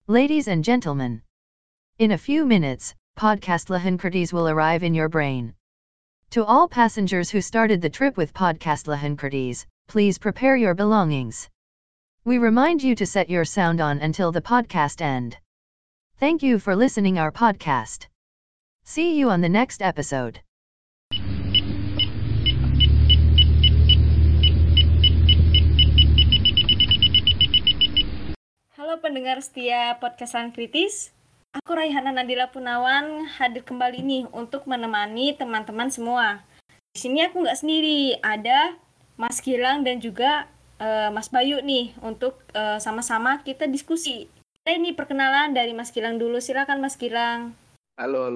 Ladies and gentlemen, in a few minutes, podcast Lahankritis will arrive in your brain. To all passengers who started the trip with podcast Lahankritis, please prepare your belongings. We remind you to set your sound on until the podcast end. Thank you for listening our podcast. See you on the next episode. Halo pendengar setia podcast Lahankritis. Aku Raihana Nadila Punawan hadir kembali nih untuk menemani teman-teman semua. Di sini aku nggak sendiri, ada Mas Gilang dan juga Mas Bayu nih untuk sama-sama kita diskusi. Ini perkenalan dari Mas Gilang dulu, silakan Mas Gilang. Halo.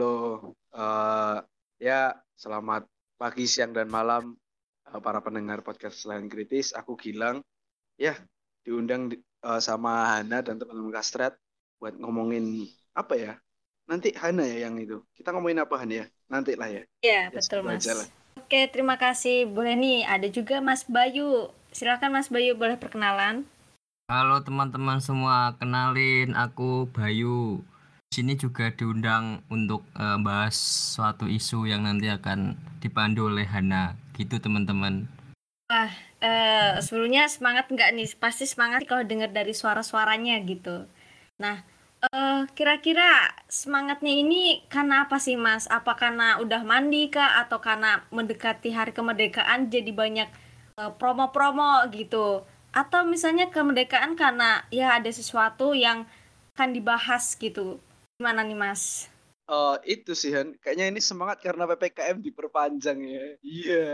Selamat pagi, siang, dan malam para pendengar podcast Lahankritis. Aku Gilang. Ya, diundang sama Hana dan teman-teman Kastrat buat ngomongin apa ya? Nanti Hana ya yang itu. Kita ngomongin apa Hana ya? Nanti lah ya. Iya, betul Mas. Oke, terima kasih. Boleh nih, ada juga Mas Bayu. Silakan Mas Bayu, boleh perkenalan. Halo teman-teman semua, kenalin aku Bayu. Di sini juga diundang untuk bahas suatu isu yang nanti akan dipandu oleh Hana. Gitu teman-teman. Sebelumnya semangat nggak nih? Pasti semangat kalau dengar dari suara-suaranya gitu. Nah, kira-kira semangatnya ini karena apa sih Mas? Apa karena udah mandi kah? Atau karena mendekati hari kemerdekaan jadi banyak promo-promo gitu? Atau misalnya kemerdekaan karena ya ada sesuatu yang akan dibahas gitu? Gimana nih Mas? Itu sih Han, kayaknya ini semangat karena PPKM diperpanjang ya. Iya.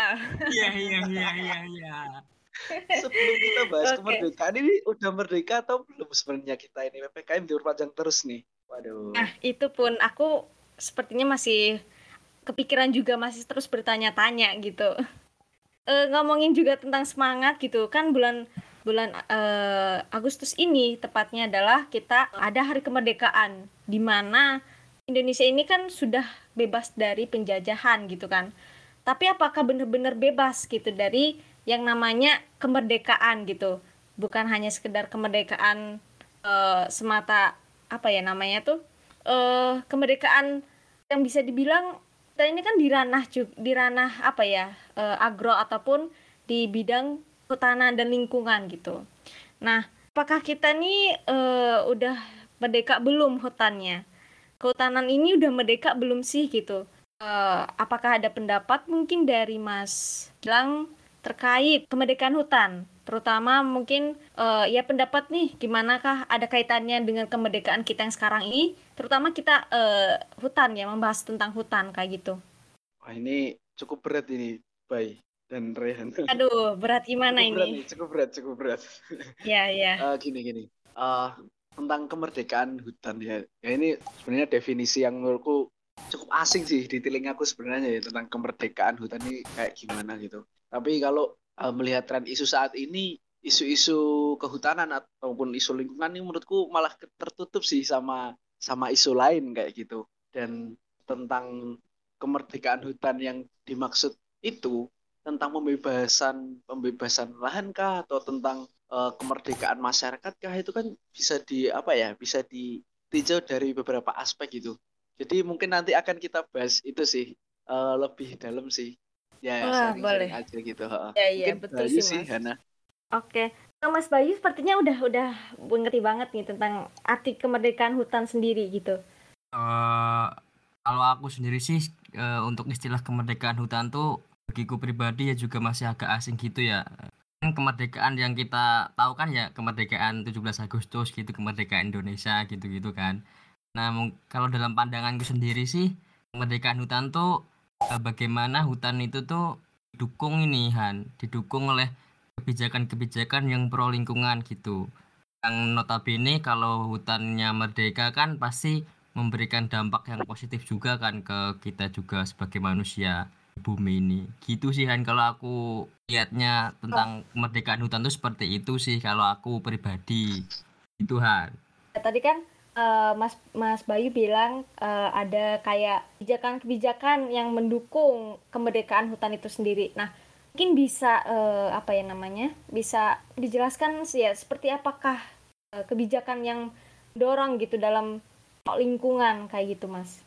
Iya. Sebelum kita bahas kemerdekaan, ini udah merdeka atau belum sebenarnya kita ini? PPKM diperpanjang terus nih. Waduh. Nah, itu pun aku sepertinya masih kepikiran juga, masih terus bertanya-tanya gitu. Ngomongin juga tentang semangat gitu kan, bulan Agustus ini tepatnya adalah kita ada hari kemerdekaan, di mana Indonesia ini kan sudah bebas dari penjajahan gitu kan. Tapi apakah benar-benar bebas gitu dari yang namanya kemerdekaan gitu? Bukan hanya sekedar kemerdekaan semata apa ya namanya tuh kemerdekaan yang bisa dibilang kita ini kan di ranah apa ya agro ataupun di bidang kehutanan dan lingkungan gitu. Nah, apakah kita nih udah merdeka belum hutannya? Kehutanan ini udah merdeka belum sih gitu? Apakah ada pendapat mungkin dari Mas Gilang terkait kemerdekaan hutan? Terutama mungkin ya pendapat nih, gimanakah ada kaitannya dengan kemerdekaan kita yang sekarang ini? Terutama kita hutan ya, membahas tentang hutan kayak gitu. Wah, ini cukup berat ini, Bay dan Rehan. Aduh, berat gimana ini? Cukup berat. Iya. Gini. Tentang kemerdekaan hutan ya. Ya ini sebenarnya definisi yang menurutku cukup asing sih di telingaku sebenarnya ya, tentang kemerdekaan hutan ini kayak gimana gitu. Tapi kalau melihat tren isu saat ini, isu-isu kehutanan ataupun isu lingkungan ini menurutku malah tertutup sih sama isu lain kayak gitu. Dan tentang kemerdekaan hutan yang dimaksud itu tentang pembebasan lahan kah, atau tentang kemerdekaan masyarakat kah, itu kan bisa ditinjau dari beberapa aspek gitu. Jadi mungkin nanti akan kita bahas itu sih lebih dalam sih. Ya, sharing-sharing aja gitu. Ya, mungkin betul Bayu sih, Mas. Hana. Oke. Nah, Mas Bayu sepertinya udah mengerti banget nih tentang arti kemerdekaan hutan sendiri gitu. Kalau aku sendiri sih untuk istilah kemerdekaan hutan tuh bagiku pribadi ya juga masih agak asing gitu ya. Kemerdekaan yang kita tahu kan ya kemerdekaan 17 Agustus gitu, kemerdekaan Indonesia gitu-gitu kan. Nah, kalau dalam pandanganku sendiri sih kemerdekaan hutan tuh bagaimana hutan itu tuh didukung oleh kebijakan-kebijakan yang pro lingkungan gitu. Yang notabene kalau hutannya merdeka kan pasti memberikan dampak yang positif juga kan ke kita juga sebagai manusia di bumi ini. Gitu sih kan kalau aku lihatnya tentang kemerdekaan hutan tuh seperti itu sih kalau aku pribadi. Itu Han. Tadi kan Mas Bayu bilang ada kayak kebijakan-kebijakan yang mendukung kemerdekaan hutan itu sendiri. Nah, mungkin bisa bisa dijelaskan sih ya seperti apakah kebijakan yang dorong gitu dalam lingkungan kayak gitu, Mas?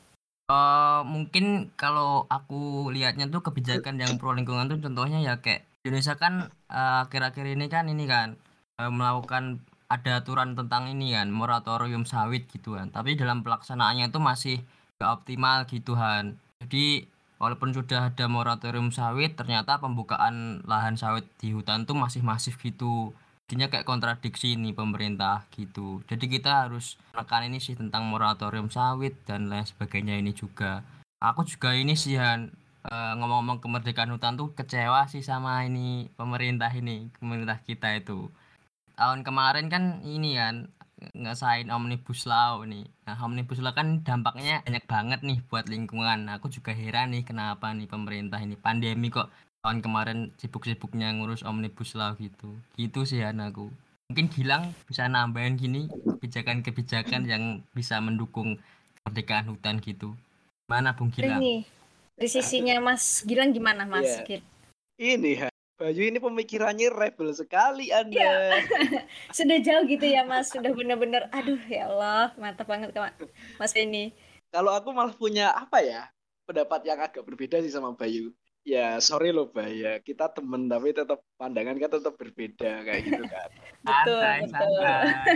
Mungkin kalau aku lihatnya tuh kebijakan yang pro lingkungan tuh contohnya ya kayak Indonesia kan akhir-akhir ini kan melakukan ada aturan tentang ini kan moratorium sawit gitu kan. Tapi dalam pelaksanaannya itu masih gak optimal gitu kan. Jadi walaupun sudah ada moratorium sawit, ternyata pembukaan lahan sawit di hutan tuh masih masif gitu. Jadinya kayak kontradiksi nih pemerintah gitu. Jadi kita harus menekan ini sih tentang moratorium sawit dan lain sebagainya ini juga. Aku juga ini sih Han, ngomong-ngomong kemerdekaan hutan tuh kecewa sih sama ini pemerintah kita itu. Tahun kemarin kan ini kan ngesain Omnibus Law nih. Nah, Omnibus Law kan dampaknya banyak banget nih buat lingkungan. Nah, aku juga heran nih kenapa nih pemerintah ini pandemi kok tahun kemarin sibuk-sibuknya ngurus Omnibus Law gitu. Gitu sih aku. Mungkin Gilang bisa nambahin gini kebijakan-kebijakan yang bisa mendukung kemerdekaan hutan gitu. Mana Bung Gilang? Ini dari sisinya Mas Gilang gimana, Mas? Iya. Ini ya, Bayu ini pemikirannya rebel sekali Anda. Sudah jauh gitu ya, Mas. Sudah benar-benar aduh ya Allah, mantap banget Mas ini. Kalau aku malah punya apa ya, pendapat yang agak berbeda sih sama Bayu. Ya sorry loh Bay, ya kita temen tapi tetap pandangan kan tetap berbeda kayak gitu kan. Betul, Santai, betul. santai.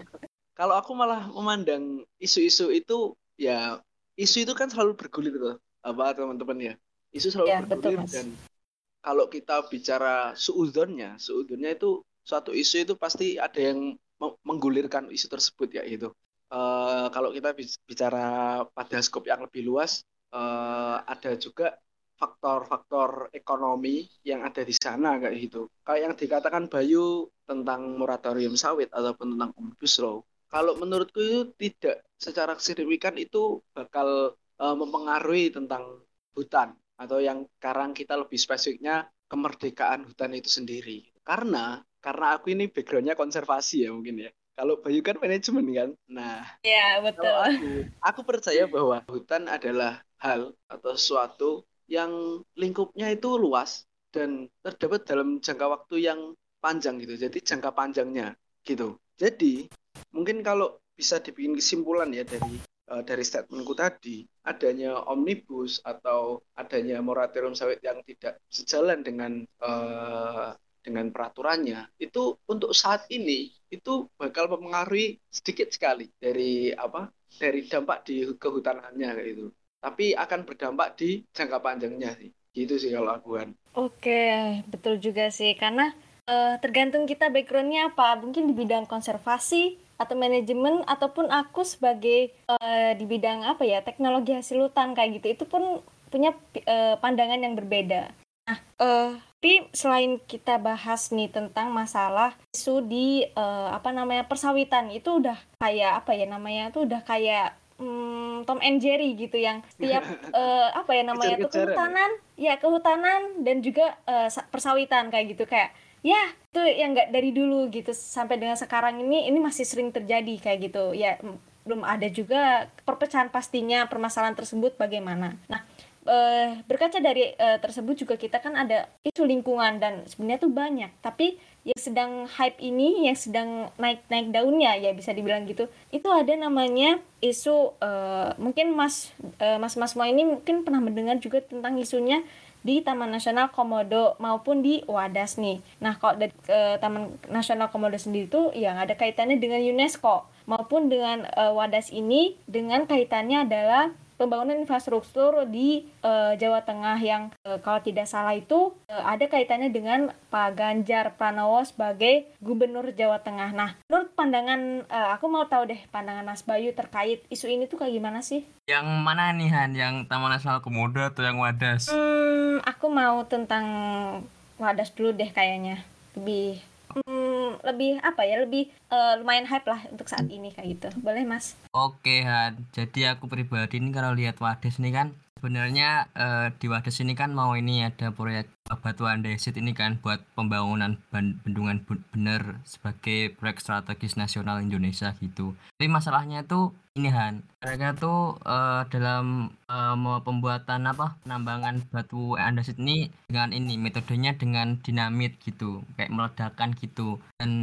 Kalau aku malah memandang isu-isu itu ya, isu itu kan selalu bergulir tuh apa teman-teman ya. Isu selalu Ya, betul, bergulir, Mas. dan kalau kita bicara suudonnya itu suatu isu itu pasti ada yang menggulirkan isu tersebut ya itu. Kalau kita bicara pada skop yang lebih luas, ada juga faktor-faktor ekonomi yang ada di sana kayak gitu. Kayak yang dikatakan Bayu tentang moratorium sawit ataupun tentang omnibus law. Kalau menurutku itu tidak secara signifikan itu bakal mempengaruhi tentang hutan, atau yang sekarang kita lebih spesifiknya kemerdekaan hutan itu sendiri. Karena aku ini backgroundnya konservasi ya mungkin ya. Kalau Bayu kan manajemen kan. Nah, Ya, kalau betul. aku percaya bahwa hutan adalah hal atau sesuatu yang lingkupnya itu luas dan terdapat dalam jangka waktu yang panjang gitu. Jadi jangka panjangnya gitu. Jadi mungkin kalau bisa dibikin kesimpulan ya dari statementku tadi, adanya omnibus atau adanya moratorium sawit yang tidak sejalan dengan peraturannya itu untuk saat ini itu bakal mempengaruhi sedikit sekali dari dampak di kehutanannya kayak itu. Tapi akan berdampak di jangka panjangnya sih. Gitu sih kalau akuan. Oke, betul juga sih. Karena tergantung kita backgroundnya apa. Mungkin di bidang konservasi atau manajemen, ataupun aku sebagai di bidang apa ya, teknologi hasil hutan kayak gitu. Itu pun punya pandangan yang berbeda. Nah, tapi selain kita bahas nih tentang masalah isu di apa namanya persawitan, itu udah kayak apa ya namanya, tuh udah kayak Tom and Jerry gitu, yang setiap apa ya namanya tuh Kejar-kejaran kehutanan dan juga persawitan kayak gitu, kayak ya itu yang nggak dari dulu gitu sampai dengan sekarang ini masih sering terjadi kayak gitu ya. Belum ada juga perpecahan pastinya permasalahan tersebut bagaimana. Nah, berkaca dari tersebut juga kita kan ada isu lingkungan, dan sebenarnya tuh banyak, tapi yang sedang hype ini, yang sedang naik daunnya ya bisa dibilang gitu, itu ada namanya isu mungkin mas semua ini mungkin pernah mendengar juga tentang isunya di Taman Nasional Komodo maupun di Wadas nih. Nah, kalau dari Taman Nasional Komodo sendiri tuh yang ada kaitannya dengan UNESCO maupun dengan Wadas ini dengan kaitannya adalah pembangunan infrastruktur di Jawa Tengah yang kalau tidak salah itu ada kaitannya dengan Pak Ganjar Pranowo sebagai Gubernur Jawa Tengah. Nah, menurut pandangan aku mau tahu deh pandangan Mas Bayu terkait isu ini tuh kayak gimana sih? Yang mana nih Han? Yang Taman Nasional Komodo atau yang Wadas? Aku mau tentang Wadas dulu deh kayaknya. Lebih apa ya? Lebih lumayan hype lah untuk saat ini kayak gitu. Boleh, Mas? Oke Han, jadi aku pribadi ini kalau lihat Wadas ini kan sebenarnya di Wadas ini kan mau ini ada proyek batu andesit ini kan buat pembangunan bendungan bener sebagai proyek strategis nasional Indonesia gitu. Tapi masalahnya tuh ini Han, mereka tuh dalam mau pembuatan penambangan batu andesit ini dengan ini metodenya dengan dinamit gitu, kayak meledakan gitu. Dan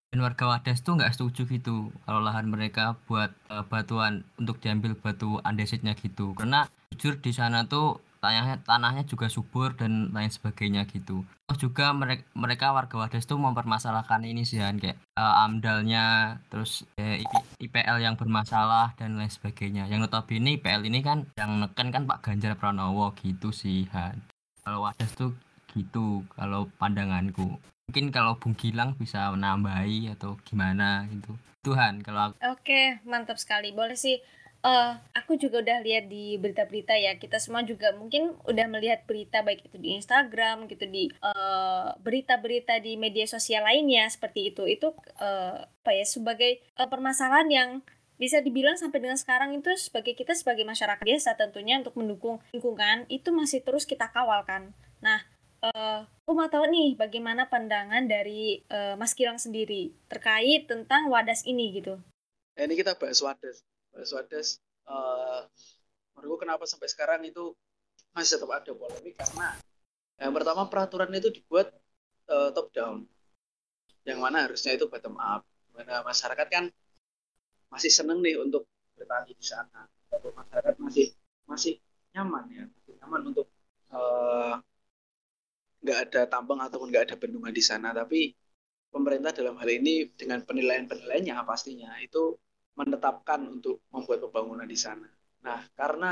Dan warga Wadas tuh nggak setuju gitu kalau lahan mereka buat batuan untuk diambil batu andesitnya gitu. Karena jujur di sana tuh tanahnya juga subur dan lain sebagainya gitu. Terus juga mereka warga Wadas tuh mempermasalahkan ini sih Han, kayak AMDALnya, terus IPL yang bermasalah dan lain sebagainya. Yang notabene IPL ini kan yang neken kan Pak Ganjar Pranowo gitu sih Han. Kalau Wadas tuh gitu kalau pandanganku. Mungkin kalau Bung Gilang bisa menambahi atau gimana gitu. Tuhan kalau aku. Oke, mantap sekali. Boleh sih. Aku juga udah lihat di berita-berita ya. Kita semua juga mungkin udah melihat berita baik itu di Instagram gitu, di berita-berita di media sosial lainnya seperti itu. Itu apa ya, sebagai permasalahan yang bisa dibilang sampai dengan sekarang itu sebagai kita sebagai masyarakat desa tentunya untuk mendukung lingkungan itu masih terus kita kawal kan. Nah, aku mau tahu nih bagaimana pandangan dari Mas Gilang sendiri terkait tentang Wadas ini gitu. Ini kita bahas Wadas. Bahas Wadas, menurutku kenapa sampai sekarang itu masih tetap ada polemik karena yang pertama peraturan itu dibuat top down, yang mana harusnya itu bottom up. Mana masyarakat kan masih seneng nih untuk bertani di sana. Atau masyarakat masih nyaman ya, masih nyaman untuk eh, nggak ada tambang ataupun nggak ada bendungan di sana. Tapi pemerintah dalam hal ini dengan penilaian-penilaiannya pastinya itu menetapkan untuk membuat pembangunan di sana. Nah, karena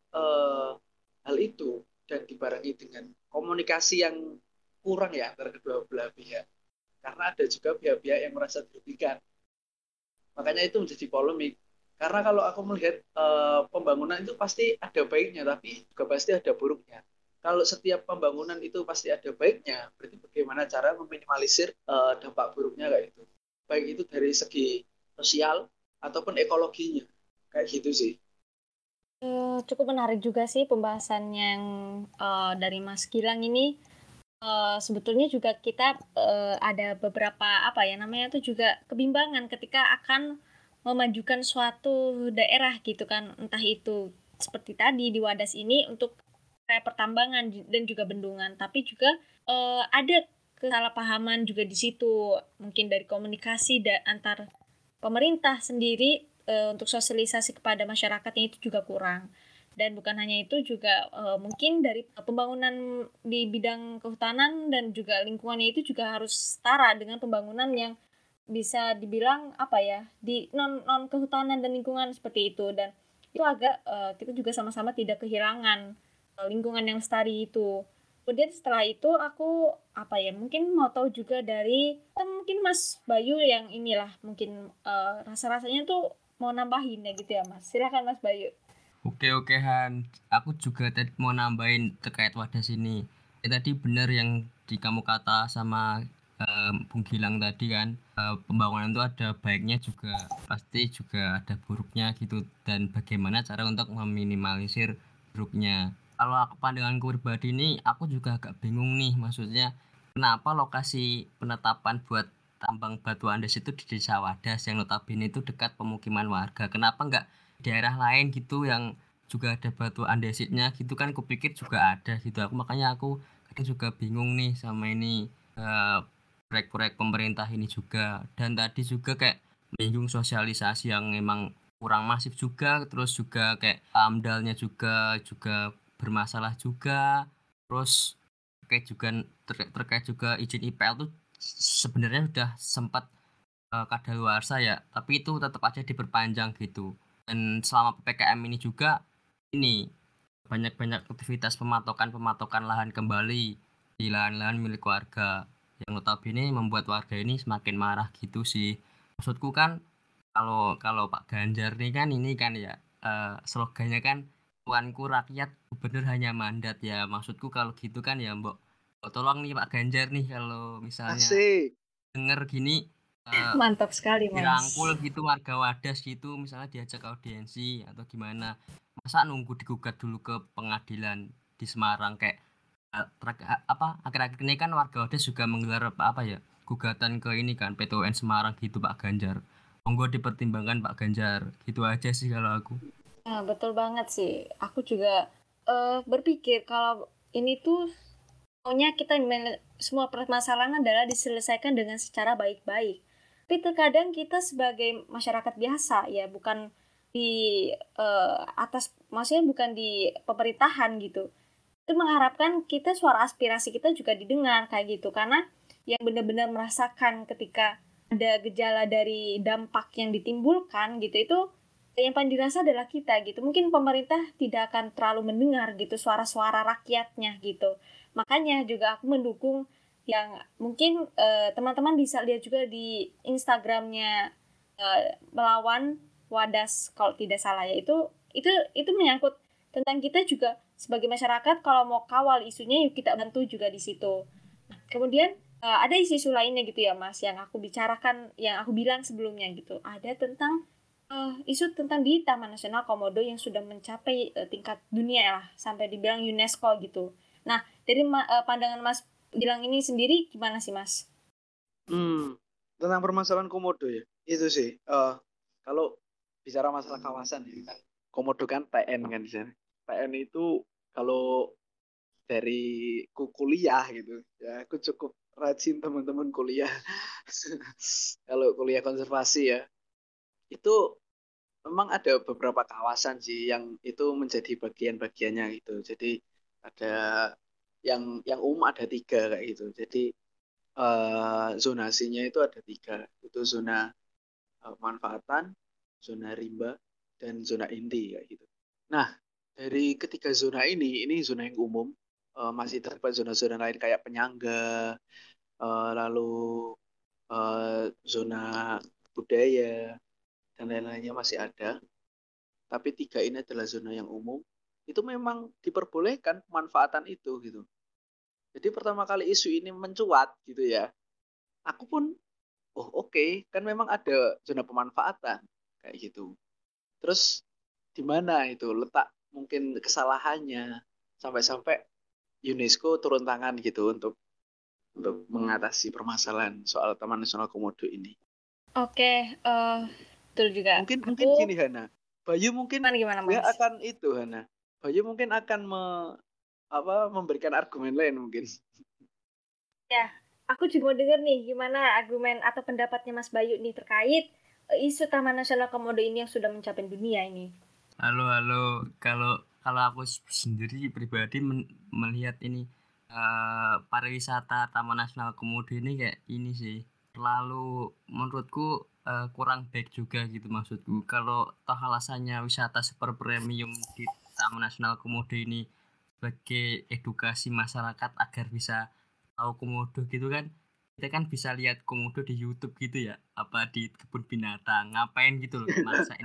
hal itu dan dibarengi dengan komunikasi yang kurang ya antara kedua belah pihak, karena ada juga pihak-pihak yang merasa dirugikan. Makanya itu menjadi polemik. Karena kalau aku melihat pembangunan itu pasti ada baiknya, tapi juga pasti ada buruknya. Kalau setiap pembangunan itu pasti ada baiknya, berarti bagaimana cara meminimalisir dampak buruknya kayak itu. Baik itu dari segi sosial ataupun ekologinya. Kayak gitu sih. Cukup menarik juga sih pembahasan yang dari Mas Gilang ini. Sebetulnya juga kita ada beberapa apa ya namanya tuh juga kebimbangan ketika akan memajukan suatu daerah gitu kan, entah itu seperti tadi di Wadas ini untuk kayak pertambangan dan juga bendungan, tapi juga ada kesalahpahaman juga di situ, mungkin dari komunikasi antar pemerintah sendiri untuk sosialisasi kepada masyarakatnya itu juga kurang. Dan bukan hanya itu juga mungkin dari pembangunan di bidang kehutanan dan juga lingkungannya itu juga harus setara dengan pembangunan yang bisa dibilang apa ya di non kehutanan dan lingkungan seperti itu. Dan itu agak kita juga sama-sama tidak kehilangan lingkungan yang lestari itu. Kemudian setelah itu aku apa ya mungkin mau tahu juga dari mungkin Mas Bayu yang inilah mungkin rasa-rasanya tuh mau nambahin ya gitu ya Mas. Silakan Mas Bayu. Oke Han, aku juga tadi mau nambahin terkait Wadas ini. Tadi benar yang kamu kata sama Bung Gilang tadi kan, pembangunan itu ada baiknya juga, pasti juga ada buruknya gitu. Dan bagaimana cara untuk meminimalisir buruknya. Kalau aku pandanganku pribadi ini, aku juga agak bingung nih, maksudnya kenapa lokasi penetapan buat tambang batu andes itu di Desa Wadas yang notabene itu dekat pemukiman warga. Kenapa nggak daerah lain gitu yang juga ada batu andesitnya gitu kan, kupikir juga ada gitu. Makanya aku kadang juga bingung nih sama ini proyek-proyek pemerintah ini juga. Dan tadi juga kayak menyinggung sosialisasi yang emang kurang masif juga, terus juga kayak AMDALnya juga bermasalah juga. Terus terkait juga izin IPL tuh sebenarnya sudah sempat kadaluarsa ya, tapi itu tetap aja diperpanjang gitu. Dan selama PPKM ini juga ini banyak-banyak aktivitas pematokan lahan kembali di lahan-lahan milik warga yang notabene membuat warga ini semakin marah gitu sih. Maksudku kan kalau kalau Pak Ganjar nih kan ini kan ya slogannya kan tuanku rakyat gubernur hanya mandat ya. Maksudku kalau gitu kan ya Mbok, tolong nih Pak Ganjar nih kalau misalnya Asik. denger gini Mantap sekali, dirangkul Mas. gitu warga Wadas gitu, misalnya diajak audiensi atau gimana, masa nunggu digugat dulu ke pengadilan di Semarang kayak akhir-akhir ini kan warga Wadas juga menggelar apa ya gugatan ke ini kan PT UN Semarang gitu Pak Ganjar, monggo dipertimbangkan Pak Ganjar, gitu aja sih kalau aku. Nah, betul banget sih. Aku juga berpikir kalau ini tuh maunya kita semua permasalahan adalah diselesaikan dengan secara baik-baik. Tapi terkadang kita sebagai masyarakat biasa ya, bukan di atas, maksudnya bukan di pemerintahan gitu, itu mengharapkan kita suara aspirasi kita juga didengar kayak gitu, karena yang benar-benar merasakan ketika ada gejala dari dampak yang ditimbulkan gitu, itu yang paling dirasa adalah kita gitu. Mungkin pemerintah tidak akan terlalu mendengar gitu suara-suara rakyatnya gitu. Makanya juga aku mendukung yang mungkin teman-teman bisa lihat juga di Instagramnya melawan Wadas kalau tidak salah ya, itu menyangkut tentang kita juga sebagai masyarakat, kalau mau kawal isunya yuk kita bantu juga di situ. Nah, kemudian ada isu-isu lainnya gitu ya Mas, yang aku bicarakan, yang aku bilang sebelumnya gitu, ada tentang isu tentang di Taman Nasional Komodo yang sudah mencapai tingkat dunia lah, sampai dibilang UNESCO gitu. Nah, dari pandangan Mas Gilang ini sendiri gimana sih Mas? Tentang permasalahan komodo ya, itu sih. Kalau bicara masalah kawasan ya kan, komodo kan TN kan di sana. TN itu kalau dari kuliah gitu, ya aku cukup rajin teman-teman kuliah. Kalau kuliah konservasi ya, itu memang ada beberapa kawasan sih yang itu menjadi bagian-bagiannya gitu. Jadi ada yang umum ada 3 kayak gitu. Jadi zonasinya itu ada 3. Itu zona manfaatan, zona rimba, dan zona inti kayak gitu. Nah, dari ketiga zona ini zona yang umum. Masih terdapat zona-zona lain kayak penyangga, lalu zona budaya, dan lain-lainnya masih ada. Tapi 3 ini adalah zona yang umum. Itu memang diperbolehkan pemanfaatan itu gitu. Jadi pertama kali isu ini mencuat gitu ya, aku pun oke, kan memang ada zona pemanfaatan kayak gitu. Terus di mana itu letak mungkin kesalahannya sampai-sampai UNESCO turun tangan gitu untuk mengatasi permasalahan soal Taman Nasional Komodo ini. Oke, betul juga. Mungkin gini Hana, Bayu mungkin Gimana dia Mas? akan itu Hana. Bayu mungkin akan memberikan argumen lain mungkin. Ya, aku juga mau denger nih gimana argumen atau pendapatnya Mas Bayu nih terkait isu Taman Nasional Komodo ini yang sudah mencapai dunia ini. Halo, kalau aku sendiri pribadi melihat ini pariwisata Taman Nasional Komodo ini kayak ini sih, terlalu menurutku kurang baik juga gitu maksudku. Kalau toh alasannya wisata super premium di Taman Nasional Komodo ini sebagai edukasi masyarakat agar bisa tahu komodo gitu kan, kita kan bisa lihat komodo di YouTube gitu ya, apa di kebun binatang, ngapain gitu loh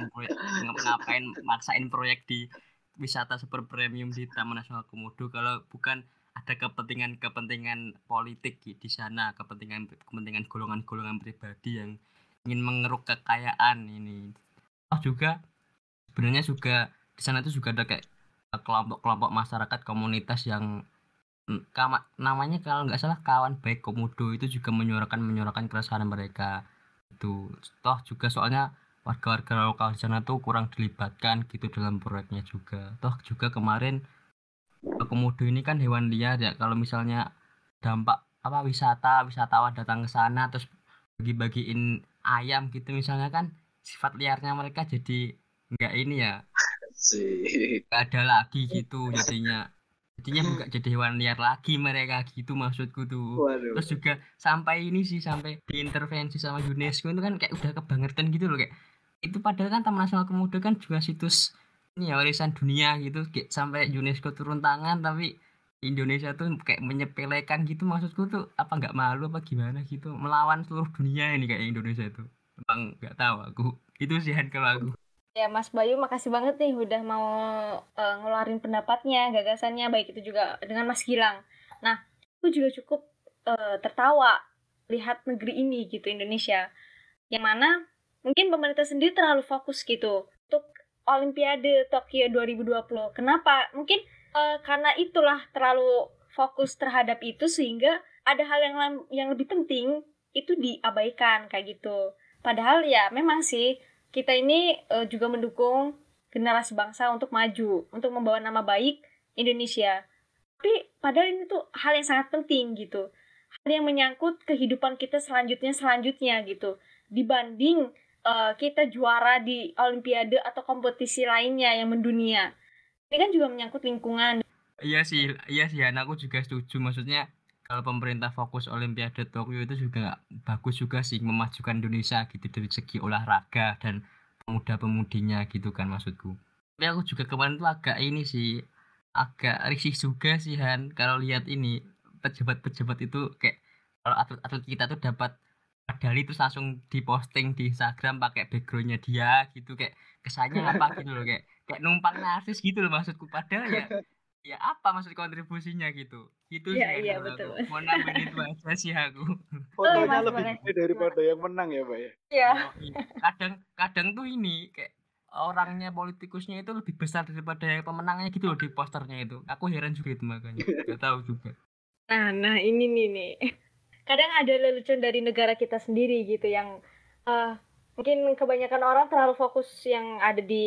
maksain proyek di wisata super premium di Taman Nasional Komodo kalau bukan ada kepentingan politik di sana, kepentingan golongan-golongan pribadi yang ingin mengeruk kekayaan ini. Oh juga sebenarnya juga di sana tuh juga ada kayak kelompok-kelompok masyarakat komunitas yang namanya kalau nggak salah Kawan Baik Komodo, itu juga menyuarakan keresahan mereka itu. Toh juga soalnya warga-warga lokal di sana tuh kurang dilibatkan gitu dalam proyeknya juga. Toh juga kemarin komodo ini kan hewan liar ya, kalau misalnya dampak apa wisatawan datang ke sana terus bagi-bagiin ayam gitu misalnya, kan sifat liarnya mereka jadi nggak ini ya, Sih. nggak ada lagi gitu, jadinya nggak jadi hewan liar lagi mereka gitu maksudku tuh. Waduh. Terus juga sampai ini sih, sampai diintervensi sama UNESCO itu kan kayak udah kebangetan gitu loh, kayak itu padahal kan Taman Nasional Komodo kan juga situs ini ya, warisan dunia gitu, kayak sampai UNESCO turun tangan tapi Indonesia tuh kayak menyepelekan gitu maksudku tuh. Apa nggak malu apa gimana gitu melawan seluruh dunia ini kayak Indonesia itu. Emang nggak tahu aku, itu sih Han kalau aku. Ya Mas Bayu, makasih banget nih udah mau ngeluarin pendapatnya, gagasannya, baik itu juga dengan Mas Gilang. Nah, aku juga cukup tertawa lihat negeri ini gitu, Indonesia, yang mana mungkin pemerintah sendiri terlalu fokus gitu untuk Olimpiade Tokyo 2020. Kenapa? Mungkin karena itulah terlalu fokus terhadap itu sehingga ada hal yang lebih penting itu diabaikan kayak gitu. Padahal ya memang sih kita ini juga mendukung generasi bangsa untuk maju, untuk membawa nama baik Indonesia. Tapi padahal ini tuh hal yang sangat penting gitu. Hal yang menyangkut kehidupan kita selanjutnya gitu. dibanding kita juara di olimpiade atau kompetisi lainnya yang mendunia. Ini kan juga menyangkut lingkungan. Iya sih Han, aku juga setuju. Maksudnya kalau pemerintah fokus Olimpiade Tokyo itu juga bagus juga sih, memajukan Indonesia gitu dari segi olahraga dan pemuda-pemudinya gitu kan maksudku. Tapi aku juga kemarin tuh agak risih juga sih Han, kalau lihat ini pejabat-pejabat itu kayak kalau atlet-atlet kita tuh dapat medali terus langsung diposting di Instagram pakai backgroundnya dia gitu, kayak kesannya apa gitu loh, kayak numpang narsis gitu loh maksudku, padahal ya apa maksud kontribusinya gitu sih Iya, kan. iya, Kalau aku betul. mau nambahin itu aja sih aku. Fotonya Mas, lebih boleh. gede daripada yang menang ya, Pak ya. Iya. Kadang tuh ini kayak orangnya, politikusnya itu lebih besar daripada yang pemenangnya gitu loh di posternya itu. Aku heran juga itu, makanya nggak tahu juga. Nah ini nih. Kadang ada lelucon dari negara kita sendiri gitu yang mungkin kebanyakan orang terlalu fokus yang ada di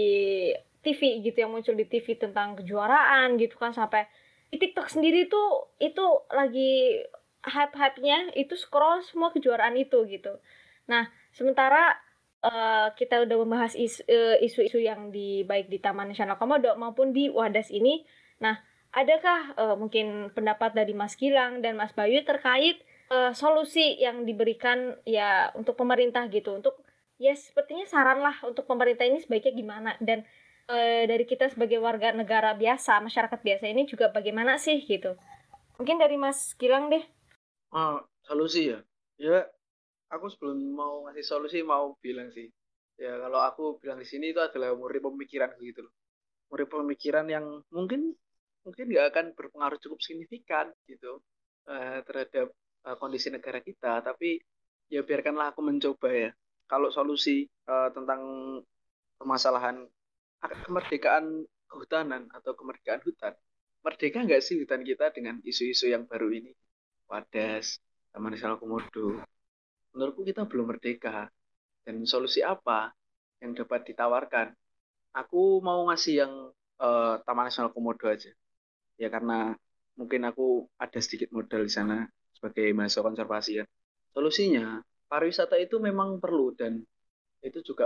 TV gitu, yang muncul di TV tentang kejuaraan gitu kan, sampai di TikTok sendiri tuh itu lagi hype-hype-nya itu scroll semua kejuaraan itu gitu. Nah, sementara kita udah membahas isu-isu yang baik di Taman Nasional Komodo maupun di Wadas ini. Nah, adakah mungkin pendapat dari Mas Gilang dan Mas Bayu terkait solusi yang diberikan ya untuk pemerintah gitu, untuk ya sepertinya saran lah untuk pemerintah ini sebaiknya gimana, dan dari kita sebagai warga negara biasa, masyarakat biasa ini juga bagaimana sih gitu. Mungkin dari Mas Gilang deh. Solusi ya. Ya, aku sebelum mau ngasih solusi mau bilang sih. Ya, kalau aku bilang di sini itu adalah murni pemikiran gitu loh. Murni pemikiran yang mungkin nggak akan berpengaruh cukup signifikan gitu terhadap kondisi negara kita, tapi ya biarkanlah aku mencoba ya. Kalau solusi tentang permasalahan kemerdekaan kehutanan atau kemerdekaan hutan, merdeka nggak sih hutan kita dengan isu-isu yang baru ini? Wadas, Taman Nasional Komodo. Menurutku kita belum merdeka. Dan solusi apa yang dapat ditawarkan? Aku mau ngasih yang Taman Nasional Komodo aja. Ya karena mungkin aku ada sedikit modal di sana sebagai mahasiswa konservasi ya. Solusinya, pariwisata itu memang perlu dan itu juga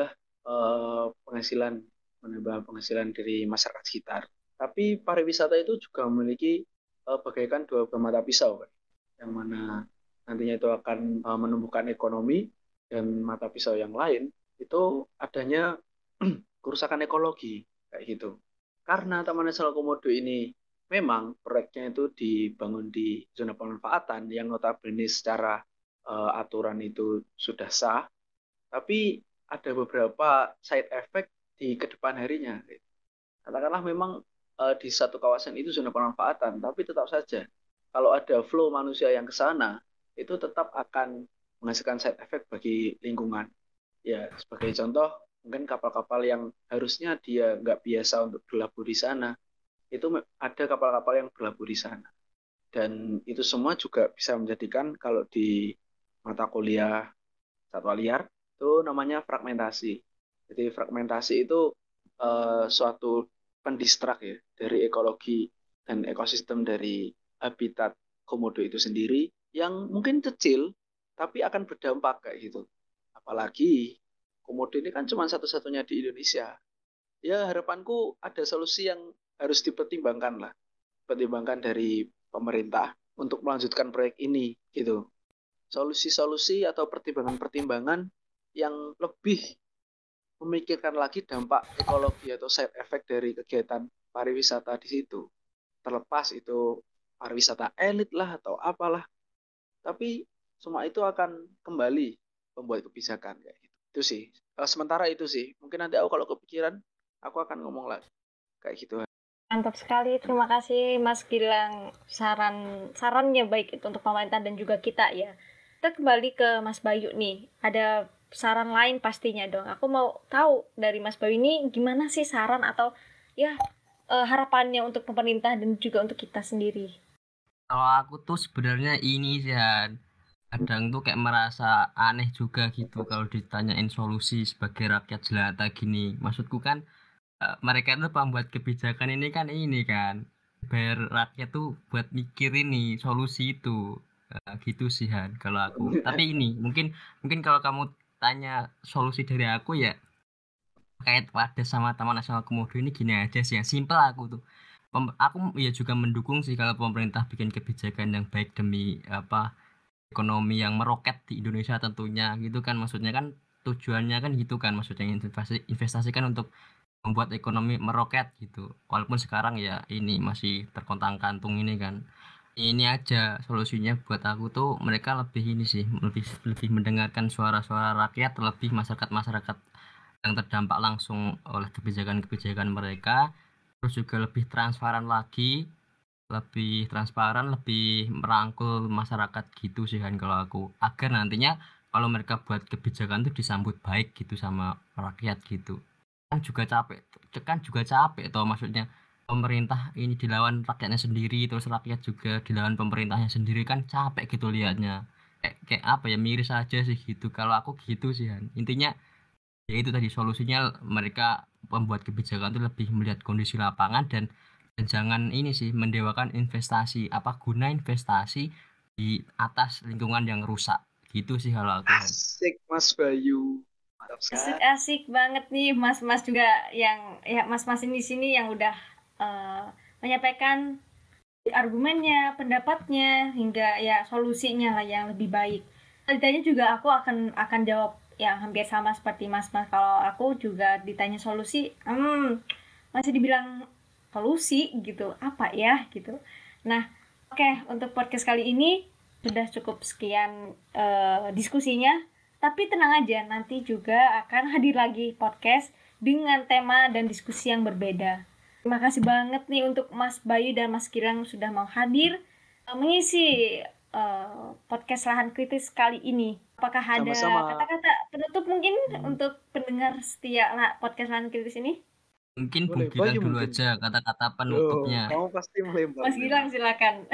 menambah penghasilan dari masyarakat sekitar. Tapi pariwisata itu juga memiliki bagaikan dua buah mata pisau, kan? Yang mana nantinya itu akan menumbuhkan ekonomi, dan mata pisau yang lain itu adanya kerusakan ekologi kayak gitu. Karena Taman Nasional Komodo ini memang proyeknya itu dibangun di zona pemanfaatan yang notabene secara aturan itu sudah sah, tapi ada beberapa side effect di kedepan harinya. Katakanlah memang di satu kawasan itu zona pemanfaatan, tapi tetap saja kalau ada flow manusia yang ke sana, itu tetap akan menghasilkan side effect bagi lingkungan. Ya, sebagai contoh, mungkin kapal-kapal yang harusnya dia nggak biasa untuk berlabuh di sana, itu ada kapal-kapal yang berlabuh di sana. Dan itu semua juga bisa menjadikan kalau di mata kuliah satwa liar, itu namanya fragmentasi. Jadi fragmentasi itu suatu pendistrak ya dari ekologi dan ekosistem dari habitat komodo itu sendiri yang mungkin kecil tapi akan berdampak kayak gitu. Apalagi komodo ini kan cuma satu-satunya di Indonesia. Ya harapanku ada solusi yang harus dipertimbangkan lah, pertimbangkan dari pemerintah untuk melanjutkan proyek ini gitu. Solusi-solusi atau pertimbangan-pertimbangan yang lebih memikirkan lagi dampak ekologi atau side effect dari kegiatan pariwisata di situ. Terlepas itu pariwisata elit lah atau apalah. Tapi semua itu akan kembali membuat kebijakan kayak gitu. Itu sih. Sementara itu sih. Mungkin nanti aku kalau kepikiran, aku akan ngomong lagi. Kayak gitu. Mantap sekali, terima kasih Mas Gilang, sarannya baik itu untuk pemerintah dan juga kita ya. Kita kembali ke Mas Bayu nih, ada saran lain pastinya dong. Aku mau tahu dari Mas Bayu ini gimana sih saran atau ya harapannya untuk pemerintah dan juga untuk kita sendiri. Kalau aku tuh sebenarnya ini sih Han, kadang tuh kayak merasa aneh juga gitu kalau ditanyain solusi sebagai rakyat jelata gini. Maksudku kan mereka tuh pembuat kebijakan ini kan bayar rakyat tuh buat mikir solusi itu. Gitu sih Han kalau aku. Tapi ini mungkin kalau kamu tanya solusi dari aku ya terkait wadas sama Taman Nasional Komodo ini gini aja sih, yang simpel aku tuh. Aku ya juga mendukung sih kalau pemerintah bikin kebijakan yang baik demi ekonomi yang meroket di Indonesia tentunya gitu kan, maksudnya kan tujuannya kan gitu kan, maksudnya investasi kan untuk membuat ekonomi meroket gitu. Walaupun sekarang ya ini masih terkontang-kantung ini kan. Ini aja solusinya buat aku tuh, mereka lebih ini sih, lebih mendengarkan suara-suara rakyat, terlebih masyarakat yang terdampak langsung oleh kebijakan-kebijakan mereka. Terus juga lebih transparan lagi, lebih merangkul masyarakat gitu sih kan kalau aku. Agar nantinya kalau mereka buat kebijakan tuh disambut baik gitu sama rakyat gitu. Kan juga capek toh, maksudnya pemerintah ini dilawan rakyatnya sendiri, terus rakyat juga dilawan pemerintahnya sendiri, kan capek gitu liatnya. Kayak apa ya, miris aja sih gitu. Kalau aku gitu sih Han. Intinya ya itu tadi solusinya, mereka membuat kebijakan itu lebih melihat kondisi lapangan dan jangan ini sih mendewakan investasi. Apa guna investasi di atas lingkungan yang rusak? Gitu sih kalau aku Han. Asik Mas Bayu. Mantap sekali. Asik banget nih mas-mas juga yang ya mas-mas ini sini yang udah menyampaikan argumennya, pendapatnya hingga ya solusinya lah yang lebih baik. Ditanya juga aku akan jawab yang hampir sama seperti mas-mas. Kalau aku juga ditanya solusi, masih dibilang solusi gitu, apa ya gitu. Nah, oke, untuk podcast kali ini sudah cukup sekian diskusinya. Tapi tenang aja, nanti juga akan hadir lagi podcast dengan tema dan diskusi yang berbeda. Terima kasih banget nih untuk Mas Bayu dan Mas Gilang sudah mau hadir mengisi podcast Lahan Kritis kali ini. Apakah ada Sama-sama. kata-kata penutup mungkin untuk pendengar setia podcast Lahan Kritis ini? Mungkin Boleh, Bu Gilang Bayu dulu mungkin. aja kata-kata Loh, penutupnya. kamu pasti melempar. Mas Gilang silakan.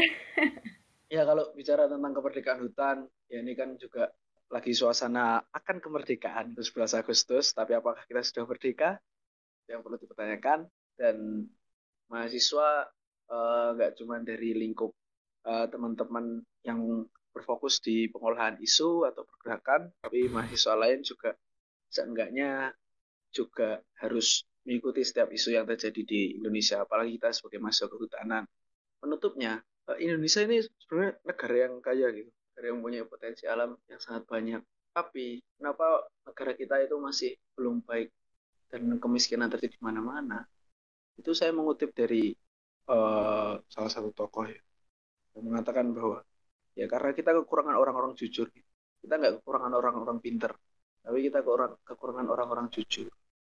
Ya kalau bicara tentang kemerdekaan hutan, ya ini kan juga lagi suasana akan kemerdekaan 11 Agustus, tapi apakah kita sudah merdeka? Yang perlu dipertanyakan. Dan mahasiswa nggak cuma dari lingkup teman-teman yang berfokus di pengolahan isu atau pergerakan, tapi mahasiswa lain juga seenggaknya juga harus mengikuti setiap isu yang terjadi di Indonesia, apalagi kita sebagai mahasiswa kehutanan. Penutupnya, Indonesia ini sebenarnya negara yang kaya gitu, negara yang punya potensi alam yang sangat banyak. Tapi kenapa negara kita itu masih belum baik dan kemiskinan terjadi di mana-mana? Itu saya mengutip dari salah satu tokoh ya, yang mengatakan bahwa ya karena kita kekurangan orang-orang jujur. Kita nggak kekurangan orang-orang pinter, tapi kita kekurangan orang-orang jujur.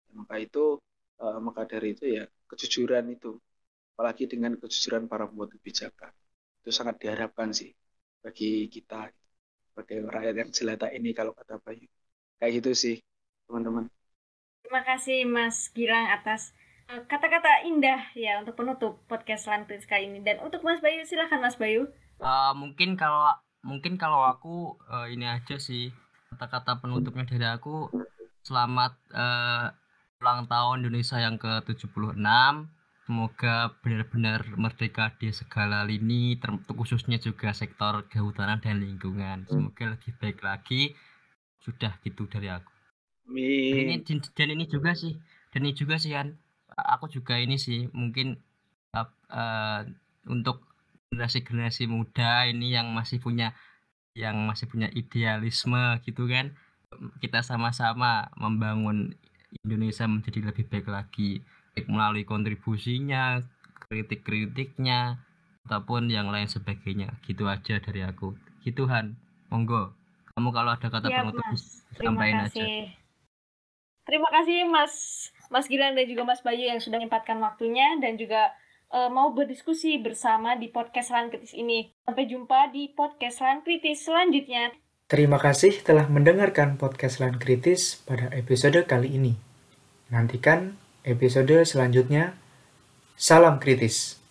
Maka dari itu ya kejujuran itu, apalagi dengan kejujuran para pembuat kebijakan, itu sangat diharapkan sih bagi kita sebagai rakyat yang jelata ini, kalau kata Bayu. Kayak gitu sih teman-teman. Terima kasih Mas Gilang atas kata-kata indah ya untuk penutup podcast Lahan Kritis kali ini. Dan untuk Mas Bayu, silakan Mas Bayu. Mungkin kalau aku ini aja sih kata-kata penutupnya dari aku. Selamat ulang tahun Indonesia yang ke-76. Semoga benar-benar merdeka di segala lini, khususnya juga sektor kehutanan dan lingkungan. Semoga lebih baik lagi. Sudah gitu dari aku. Amin. Dan ini juga sih kan, aku juga ini sih mungkin untuk generasi muda ini yang masih punya idealisme gitu kan, kita sama-sama membangun Indonesia menjadi lebih baik lagi, baik melalui kontribusinya, kritiknya ataupun yang lain sebagainya. Gitu aja dari aku. Gitu Han, monggo kamu kalau ada kata penutup sampaikan aja. Terima kasih Mas Gilang dan juga Mas Bayu yang sudah menyempatkan waktunya dan juga mau berdiskusi bersama di podcast Lahan Kritis ini. Sampai jumpa di podcast Lahan Kritis selanjutnya. Terima kasih telah mendengarkan podcast Lahan Kritis pada episode kali ini. Nantikan episode selanjutnya. Salam kritis.